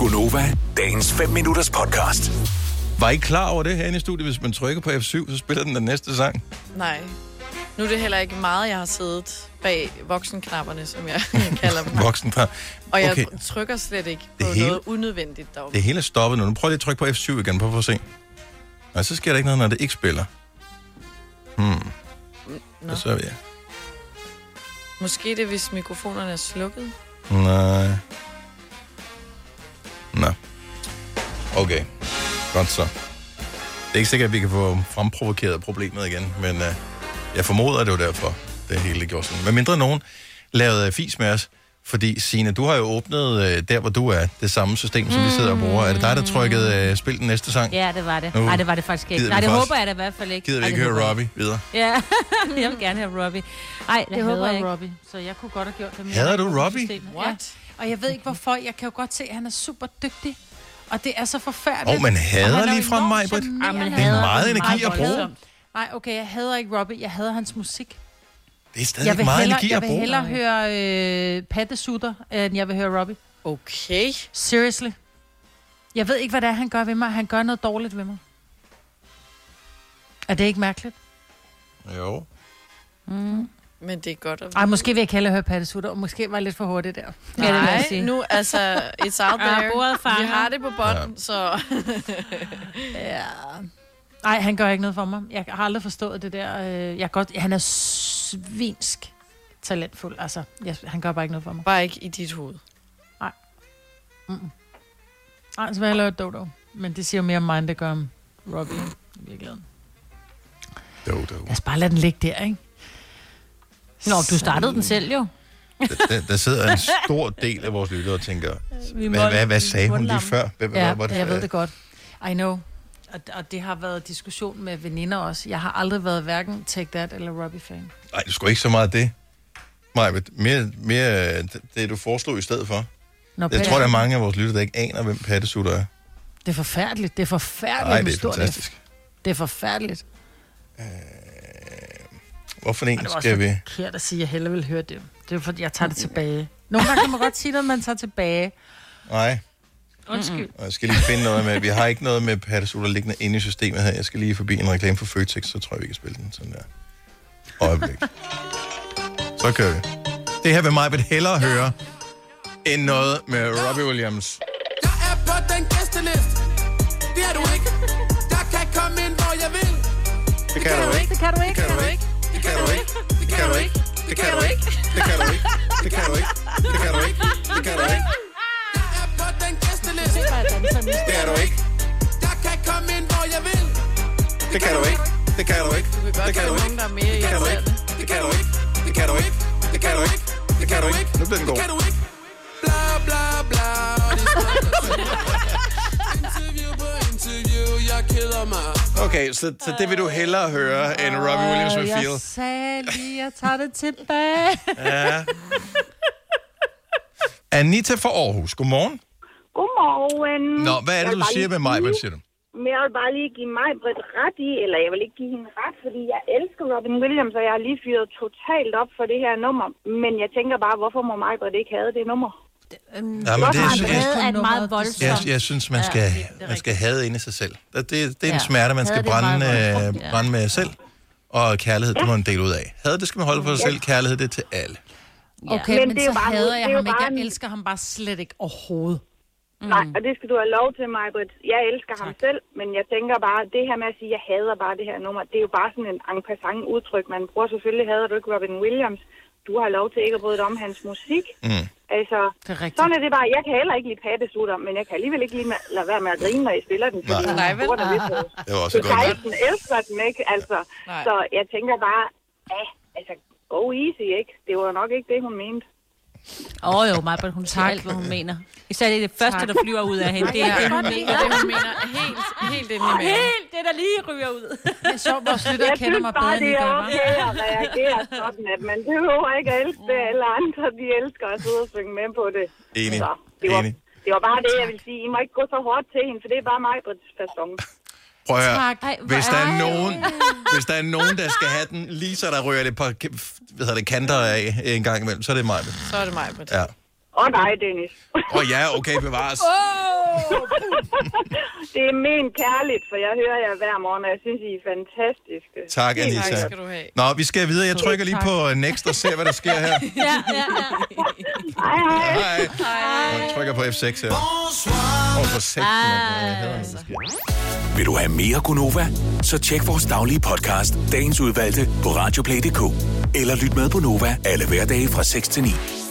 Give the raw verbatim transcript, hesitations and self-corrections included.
Gunova, dagens fem minutters podcast. Var I klar over det herinde i studiet? Hvis man trykker på F syv, så spiller den den næste sang. Nej. Nu er det heller ikke meget, jeg har siddet bag voksenknapperne, som jeg kalder dem. Voksenknapper. Og jeg Okay. trykker slet ikke på Det hele- noget unødvendigt deroppe. Det hele er stoppet nu. Nu prøver jeg at trykke på F syv igen. Prøv at se. Nej, så sker der ikke noget, når det ikke spiller. Hmm. Nå. Hvad så er vi? Måske det, hvis mikrofonerne er slukket. Nej. Nå. Okay. Godt så. Det er ikke sikkert, at vi kan få fremprovokeret problemet igen, men uh, jeg formoder, at det var derfor, det hele gjorde sådan. Men mindre nogen lavede fis med os, fordi Signe, du har jo åbnet uh, der, hvor du er, det samme system, som vi sidder og bruger. Er det dig, der trykkede uh, spil den næste sang? Ja, det var det. Nu Nej, det var det faktisk ikke. gider Nej, vi det faktisk- håber jeg da i hvert fald ikke. Gider vi Ej, ikke det høre håber jeg Robbie videre? Ja, jeg vil gerne have Robbie. Nej, det Jeg håber jeg hader ikke. Robbie, så jeg kunne godt have gjort det. men Hader jeg har du ikke Robbie? systemet. What? Ja. Og jeg ved ikke hvorfor. Jeg kan jo godt se, at han er super dygtig. Og det er så forfærdeligt. Åh, man Og hader han er lige fra enormt mig, Britt. charmerende. Jamen, Det er hader meget den energi at meget bruge. voldsomt. Nej, okay, jeg hader ikke Robbie. Jeg hader hans musik. Det er stadig Jeg vil meget hellere, energi jeg at vil bruge. hellere høre øh, pattesutter, end jeg vil høre Robbie. Okay. Seriously. Jeg ved ikke, hvad det er, han gør ved mig. Han gør noget dårligt ved mig. Er det ikke mærkeligt? Jo. Mm. Men det er godt at Ej, måske vil jeg hellere høre pattesutter, og måske var jeg lidt for hurtigt der. Ja, det vil jeg Nej, sige. nu, altså, it's out Ja, there. bordet fanger. Vi har det på bånd, Ja. så... Ja. Nej, han gør ikke noget for mig. Jeg har aldrig forstået det der. øh, Jeg godt, han er svinsk talentfuld. Altså, jeg, han gør bare ikke noget for mig. Bare ikke i dit hoved. Nej, så vil jeg lave et dodo. Men det siger jo mere om mig, end det gør om Robbie. I virkeligheden. Do, do. Lad os bare lade den ligge der, ikke? Nå, du startede den selv jo. Der, der sidder en stor del af vores lyttere og tænker, Vi hvad, hvad, hvad sagde hun lige før? Hvad, hvad, Ja, hvad, jeg ved det godt. I know. Og, og det har været diskussion med veninder også. Jeg har aldrig været hverken Take That eller Robbie-fan. Nej, du skulle ikke så meget det. Maja, mere, mere det, du foreslog i stedet for. Når Jeg tror, der er mange af vores lyttere, der ikke aner, hvem pattesutter er. Det er forfærdeligt. Det er forfærdeligt. Nej, hvor det er stort fantastisk. Det er forfærdeligt. Hvorfor en Og det var skal også vi... forkert at sige, at jeg hellere vil høre det. Det er fordi, jeg tager det tilbage. Nogle gange kan man godt sige noget, man tager tilbage. Nej, Undskyld. og jeg skal lige finde noget med... Vi har ikke noget med pattesutter liggende inde i systemet her. Jeg skal lige forbi en reklame for Føtex, så tror jeg, vi kan spille den sådan der. Øjeblik. Så kører vi. Det her vil mig vil hellere høre, end noget med Robbie Williams. Jeg er på den gæsteliste. Det er du ikke. Jeg kan komme ind, hvor jeg vil. Det kan du ikke. Det kan du ikke. Det kan du ikke. Det kan du ikke. Det kan du ikke. Det kan du ikke. Det kan du ikke. Det kan du ikke. Det kan du ikke. Det kan du ikke. Jeg er på den gæsteliste. Det er du ikke. Jeg kan komme ind, hvor jeg vil. Det kan du ikke. Det kan du ikke. Du kan godt Det kan være du nogen, ikke. der er mere Det kan du ikke. irriterende. Det kan du ikke. Det kan du ikke. Det kan du ikke. Det kan du ikke. Nu bliver den god. Kan du ikke? Bla bla bla. Og de snakker interview på interview. Jeg keder mig. Okay, så, så det vil du hellere høre, end Robbie Williams med Feel. Jeg sagde lige, jeg tager det tilbage. Ja. Anita fra Aarhus, godmorgen. Godmorgen. Nå, hvad er det, du siger med mig, hvad siger du? Men jeg vil bare lige give mig Britt ret i, eller jeg vil ikke give hende ret, fordi jeg elsker Robin Williams, og jeg har lige fyret totalt op for det her nummer. Men jeg tænker bare, hvorfor må mig Britt ikke have det nummer? Ja, men det, Han jeg, havde et meget voldsomt. jeg, jeg synes, man skal, man skal have inde i sig selv. Det, det, det er en smerte, man skal Had, det er brænde, meget øh, voldsomt, ja. brænde med selv. Og kærlighed, det må man dele ud af. Had, det skal man holde for sig selv. Kærlighed, det er til alle. Okay, Men men, det er så jo bare- hader det jeg er jo ham ikke. bare Jeg en- elsker ham bare slet ikke overhovedet. Mm. Nej, og det skal du have lov til, mig Britt. Jeg elsker tak. ham selv, men jeg tænker bare, det her med at sige, at jeg hader bare det her nummer, det er jo bare sådan en en passant udtryk. Man bruger selvfølgelig, hader du ikke Robin Williams. Du har lov til ikke at bryde dig om hans musik. Mm. Altså, Det er rigtigt. sådan er det bare. Jeg kan heller ikke lide pattesutter, men jeg kan alligevel ikke lide med, lade være med at grine, når jeg spiller den. Fordi Nej. Nej, jeg vel? bruger det lidt på. Det var også Så godt. Tyson elsker den ikke, altså. Nej. Så jeg tænker bare, ja, altså, go easy, ikke? Det var nok ikke det, hun mente. Åh oh, jo, Majbert, hun siger alt, hvad hun mener. Især det, er det første, der flyver ud af hende. Det er det, hun mener. Og det, hun mener, er helt, helt inde i maven. Helt det, der lige ryger ud. Det er sjovt, vores lyttere Jeg kender synes mig bare, bedre, end det I er gør, okay hva'? at reagere sådan, at man behøver ikke at elske det. Alle andre, de elsker at sidde og synge med på det. Enig. Så det var, Enig. det var bare det, jeg vil sige. I må ikke gå så hårdt til hende, for det er bare mig på et fasong. Prøv at høre. Tak. Ej, hvor Hvis der er ej. nogen, hvis der er nogen, der skal have den, lige så der ryger lidt par hvad hedder det, kanter af en gang imellem, så er det mig. Så er det mig, Britt. Ja. Og dig, Dennis. Og ja, okay, bevares. Det er ment kærligt, for jeg hører jer hver morgen, og jeg synes, I er fantastiske. Tak, Anissa. Tak skal du have. Nå, vi skal videre. Jeg trykker lige på next og ser, hvad der sker her. Ja, ja, ja. Hej, hej. Hej. Hej. Jeg trykker på F seks her. Åh, oh, for seks. Vil du have mere Gunova? Så tjek vores daglige podcast, dagens udvalgte, på radioplay punktum d k. Eller lyt med på Nova alle hverdage fra seks til ni.